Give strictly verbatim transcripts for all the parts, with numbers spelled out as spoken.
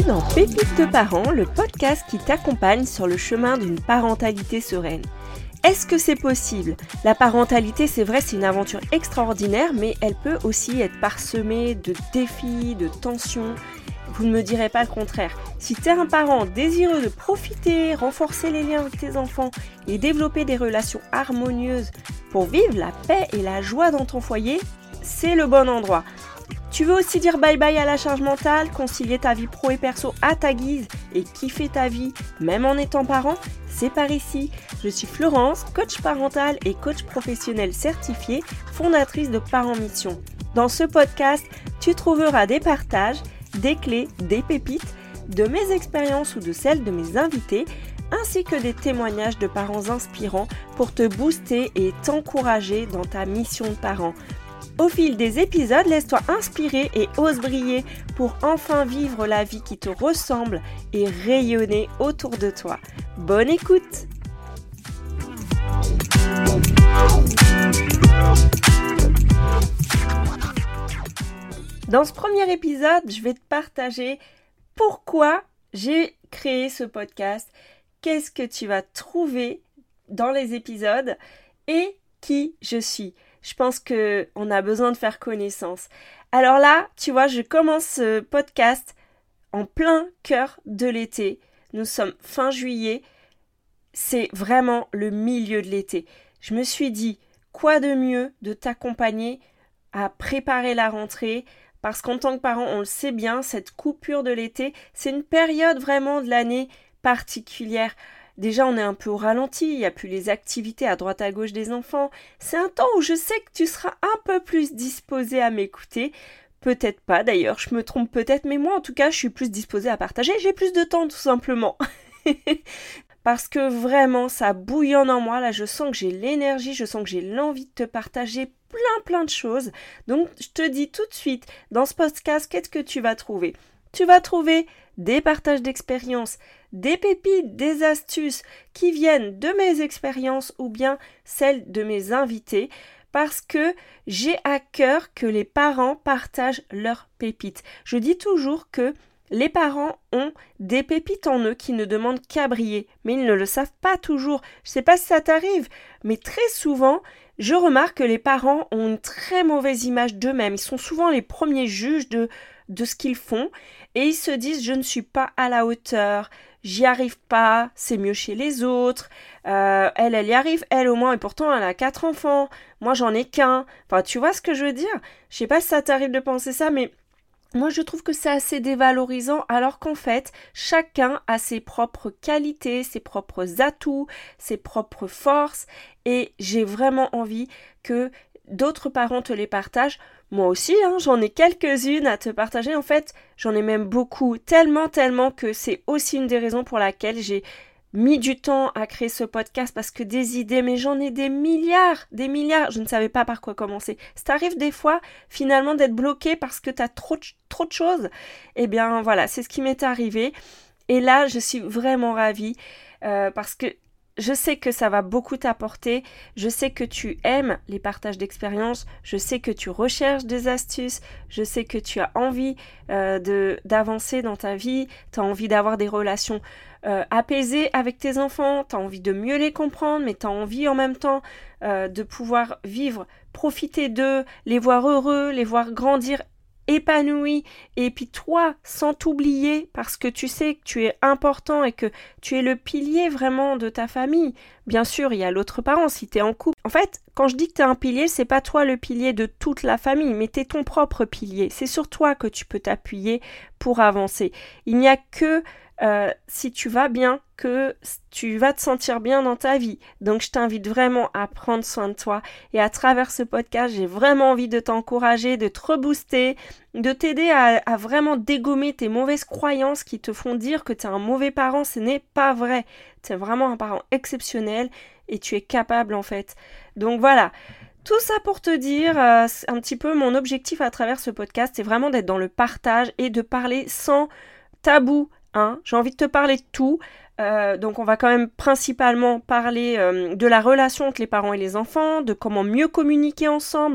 dans Pépites de parents, le podcast qui t'accompagne sur le chemin d'une parentalité sereine. Est-ce que c'est possible ? La parentalité, c'est vrai, c'est une aventure extraordinaire, mais elle peut aussi être parsemée de défis, de tensions. Vous ne me direz pas le contraire. Si tu es un parent désireux de profiter, renforcer les liens avec tes enfants et développer des relations harmonieuses pour vivre la paix et la joie dans ton foyer, c'est le bon endroit. Tu veux aussi dire bye bye à la charge mentale, concilier ta vie pro et perso à ta guise et kiffer ta vie même en étant parent ? C'est par ici. Je suis Florence, coach parental et coach professionnel certifié, fondatrice de Parents Mission. Dans ce podcast, tu trouveras des partages, des clés, des pépites, de mes expériences ou de celles de mes invités, ainsi que des témoignages de parents inspirants pour te booster et t'encourager dans ta mission de parent. Au fil des épisodes, laisse-toi inspirer et ose briller pour enfin vivre la vie qui te ressemble et rayonner autour de toi. Bonne écoute! Dans ce premier épisode, je vais te partager pourquoi j'ai créé ce podcast, qu'est-ce que tu vas trouver dans les épisodes et qui je suis. Je pense qu'on a besoin de faire connaissance. Alors là, tu vois, je commence ce podcast en plein cœur de l'été. Nous sommes fin juillet. C'est vraiment le milieu de l'été. Je me suis dit, quoi de mieux de t'accompagner à préparer la rentrée ? Parce qu'en tant que parent, on le sait bien, cette coupure de l'été, c'est une période vraiment de l'année particulière. Déjà, on est un peu au ralenti, il n'y a plus les activités à droite à gauche des enfants. C'est un temps où je sais que tu seras un peu plus disposé à m'écouter. Peut-être pas d'ailleurs, je me trompe peut-être, mais moi en tout cas, je suis plus disposée à partager. J'ai plus de temps tout simplement. Parce que vraiment, ça bouillonne en moi. Là, je sens que j'ai l'énergie, je sens que j'ai l'envie de te partager plein plein de choses. Donc, je te dis tout de suite, dans ce podcast, qu'est-ce que tu vas trouver ? Tu vas trouver des partages d'expériences, des pépites, des astuces qui viennent de mes expériences ou bien celles de mes invités parce que j'ai à cœur que les parents partagent leurs pépites. Je dis toujours que les parents ont des pépites en eux qui ne demandent qu'à briller, mais ils ne le savent pas toujours. Je ne sais pas si ça t'arrive, mais très souvent, je remarque que les parents ont une très mauvaise image d'eux-mêmes. Ils sont souvent les premiers juges de, de ce qu'ils font et ils se disent « je ne suis pas à la hauteur ». J'y arrive pas, c'est mieux chez les autres, euh, elle, elle y arrive, elle au moins, et pourtant elle a quatre enfants, moi j'en ai qu'un. Enfin, tu vois ce que je veux dire ? Je sais pas si ça t'arrive de penser ça, mais moi je trouve que c'est assez dévalorisant, alors qu'en fait, chacun a ses propres qualités, ses propres atouts, ses propres forces, et j'ai vraiment envie que d'autres parents te les partagent. Moi aussi, hein, j'en ai quelques-unes à te partager. En fait, j'en ai même beaucoup, tellement, tellement que c'est aussi une des raisons pour laquelle j'ai mis du temps à créer ce podcast parce que des idées, mais j'en ai des milliards, des milliards. Je ne savais pas par quoi commencer. Ça t'arrive des fois, finalement, d'être bloqué parce que tu as trop, trop de choses. Eh bien, voilà, c'est ce qui m'est arrivé. Et là, je suis vraiment ravie euh, parce que je sais que ça va beaucoup t'apporter, je sais que tu aimes les partages d'expériences, je sais que tu recherches des astuces, je sais que tu as envie euh, de, d'avancer dans ta vie, tu as envie d'avoir des relations euh, apaisées avec tes enfants, tu as envie de mieux les comprendre, mais tu as envie en même temps euh, de pouvoir vivre, profiter d'eux, les voir heureux, les voir grandir épanoui, et puis toi, sans t'oublier, parce que tu sais que tu es important et que tu es le pilier vraiment de ta famille. Bien sûr, il y a l'autre parent si tu es en couple. En fait, quand je dis que tu es un pilier, c'est pas toi le pilier de toute la famille, mais tu es ton propre pilier. C'est sur toi que tu peux t'appuyer pour avancer. Il n'y a que Euh, si tu vas bien, que tu vas te sentir bien dans ta vie. Donc je t'invite vraiment à prendre soin de toi et à travers ce podcast, j'ai vraiment envie de t'encourager, de te rebooster, de t'aider à, à vraiment dégommer tes mauvaises croyances qui te font dire que tu es un mauvais parent. Ce n'est pas vrai. Tu es vraiment un parent exceptionnel et tu es capable en fait. Donc voilà. Tout ça pour te dire, euh, un petit peu mon objectif à travers ce podcast, c'est vraiment d'être dans le partage et de parler sans tabou. Hein, j'ai envie de te parler de tout, euh, donc on va quand même principalement parler euh, de la relation entre les parents et les enfants, de comment mieux communiquer ensemble,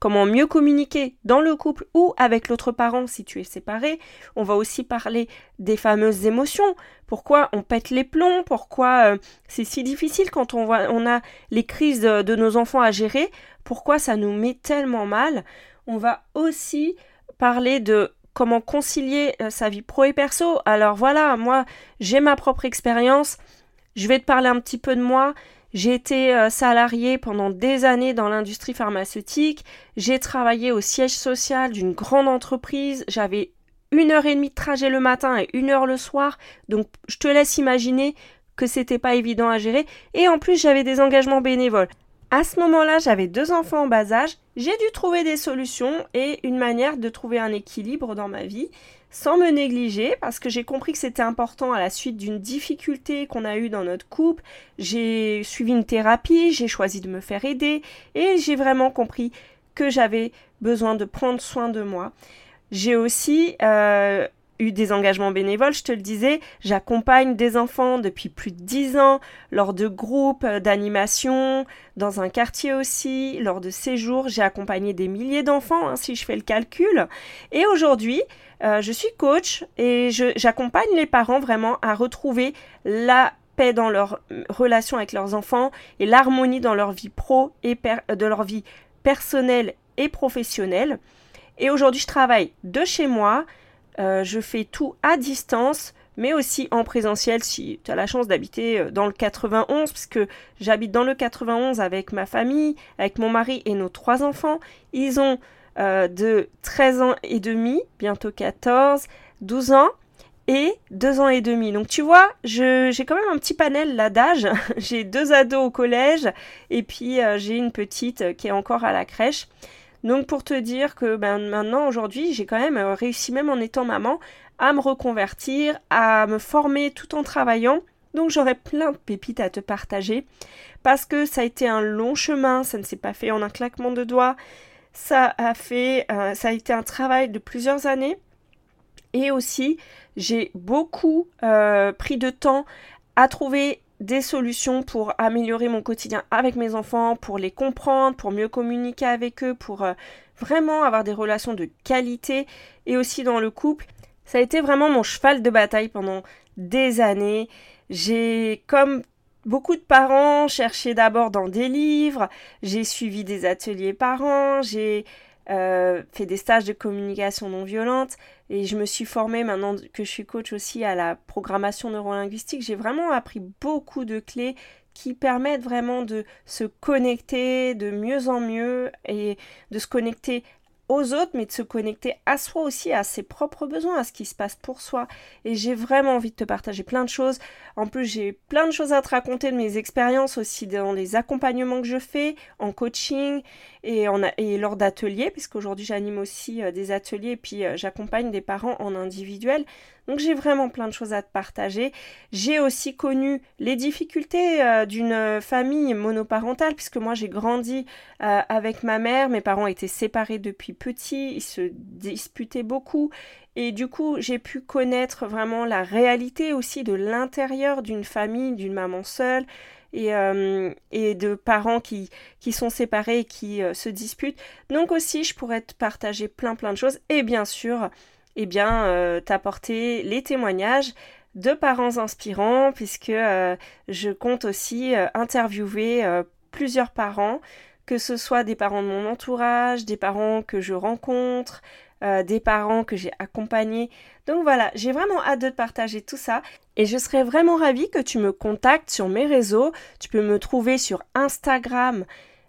comment mieux communiquer dans le couple ou avec l'autre parent si tu es séparé. On va aussi parler des fameuses émotions. Pourquoi on pète les plombs, pourquoi euh, c'est si difficile quand on, voit, on a les crises de, de nos enfants à gérer, pourquoi ça nous met tellement mal. On va aussi parler de comment concilier euh, sa vie pro et perso. Alors voilà, moi j'ai ma propre expérience, je vais te parler un petit peu de moi. J'ai été euh, salariée pendant des années dans l'industrie pharmaceutique, j'ai travaillé au siège social d'une grande entreprise, j'avais une heure et demie de trajet le matin et une heure le soir, donc je te laisse imaginer que c'était pas évident à gérer, et en plus j'avais des engagements bénévoles. À ce moment-là, j'avais deux enfants en bas âge, j'ai dû trouver des solutions et une manière de trouver un équilibre dans ma vie, sans me négliger, parce que j'ai compris que c'était important à la suite d'une difficulté qu'on a eue dans notre couple. J'ai suivi une thérapie, j'ai choisi de me faire aider, et j'ai vraiment compris que j'avais besoin de prendre soin de moi. J'ai aussi euh, eu des engagements bénévoles, je te le disais, j'accompagne des enfants depuis plus de dix ans, lors de groupes d'animation, dans un quartier aussi, lors de séjours, j'ai accompagné des milliers d'enfants, hein, si je fais le calcul, et aujourd'hui, euh, je suis coach et je, j'accompagne les parents vraiment à retrouver la paix dans leur relation avec leurs enfants et l'harmonie dans leur vie pro et per, de leur vie personnelle et professionnelle. Et aujourd'hui, je travaille de chez moi, euh, je fais tout à distance, mais aussi en présentiel si tu as la chance d'habiter dans le quatre-vingt-onze, puisque j'habite dans le quatre-vingt-onze avec ma famille, avec mon mari et nos trois enfants. Ils ont euh, de treize ans et demi, bientôt quatorze, douze ans et deux ans et demi. Donc tu vois, je, j'ai quand même un petit panel là d'âge. J'ai deux ados au collège et puis euh, j'ai une petite qui est encore à la crèche. Donc pour te dire que ben, maintenant, aujourd'hui, j'ai quand même réussi, même en étant maman, à me reconvertir, à me former tout en travaillant. Donc j'aurai plein de pépites à te partager parce que ça a été un long chemin, ça ne s'est pas fait en un claquement de doigts. Ça a fait, euh, ça a été un travail de plusieurs années et aussi j'ai beaucoup euh, pris de temps à trouver des solutions pour améliorer mon quotidien avec mes enfants, pour les comprendre, pour mieux communiquer avec eux, pour euh, vraiment avoir des relations de qualité et aussi dans le couple. Ça a été vraiment mon cheval de bataille pendant des années. J'ai, comme beaucoup de parents, cherché d'abord dans des livres, j'ai suivi des ateliers parents, j'ai euh, fait des stages de communication non violente et je me suis formée, maintenant que je suis coach aussi, à la programmation neurolinguistique. J'ai vraiment appris beaucoup de clés qui permettent vraiment de se connecter de mieux en mieux et de se connecter aux autres, mais de se connecter à soi aussi, à ses propres besoins, à ce qui se passe pour soi. Et j'ai vraiment envie de te partager plein de choses. En plus, j'ai plein de choses à te raconter de mes expériences aussi dans les accompagnements que je fais, en coaching et, en, et lors d'ateliers, puisqu'aujourd'hui j'anime aussi euh, des ateliers et puis euh, j'accompagne des parents en individuel. Donc j'ai vraiment plein de choses à te partager. J'ai aussi connu les difficultés euh, d'une famille monoparentale, puisque moi j'ai grandi euh, avec ma mère, mes parents étaient séparés depuis petit, ils se disputaient beaucoup et du coup j'ai pu connaître vraiment la réalité aussi de l'intérieur d'une famille, d'une maman seule et, euh, et de parents qui, qui sont séparés et qui euh, se disputent. Donc aussi je pourrais te partager plein plein de choses et bien sûr eh bien, euh, t'apporter les témoignages de parents inspirants, puisque euh, je compte aussi euh, interviewer euh, plusieurs parents, que ce soit des parents de mon entourage, des parents que je rencontre, euh, des parents que j'ai accompagnés. Donc voilà, j'ai vraiment hâte de te partager tout ça et je serais vraiment ravie que tu me contactes sur mes réseaux. Tu peux me trouver sur Instagram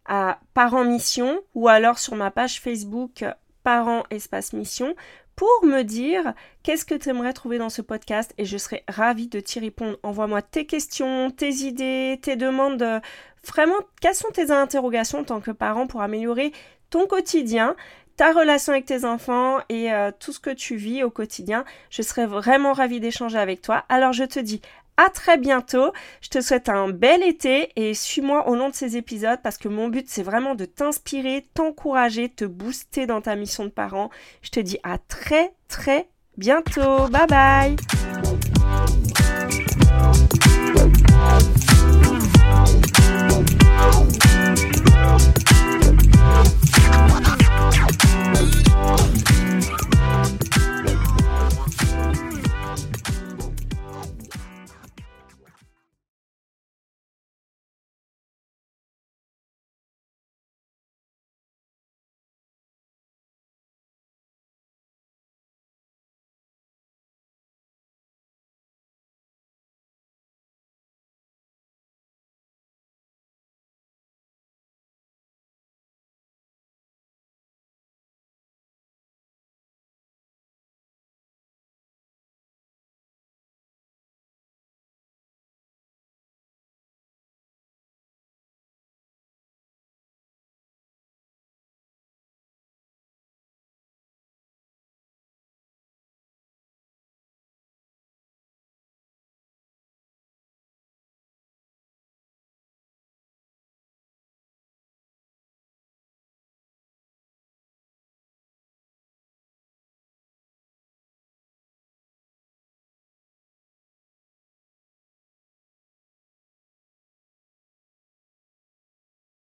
à Parents Mission ou alors sur ma page Facebook Parents Espace Mission, pour me dire qu'est-ce que tu aimerais trouver dans ce podcast et je serai ravie de t'y répondre. Envoie-moi tes questions, tes idées, tes demandes, vraiment quelles sont tes interrogations en tant que parent pour améliorer ton quotidien, ta relation avec tes enfants et euh, tout ce que tu vis au quotidien. Je serai vraiment ravie d'échanger avec toi. Alors je te dis à très bientôt, je te souhaite un bel été et suis-moi au long de ces épisodes parce que mon but c'est vraiment de t'inspirer, t'encourager, te booster dans ta mission de parent. Je te dis à très très bientôt, bye bye.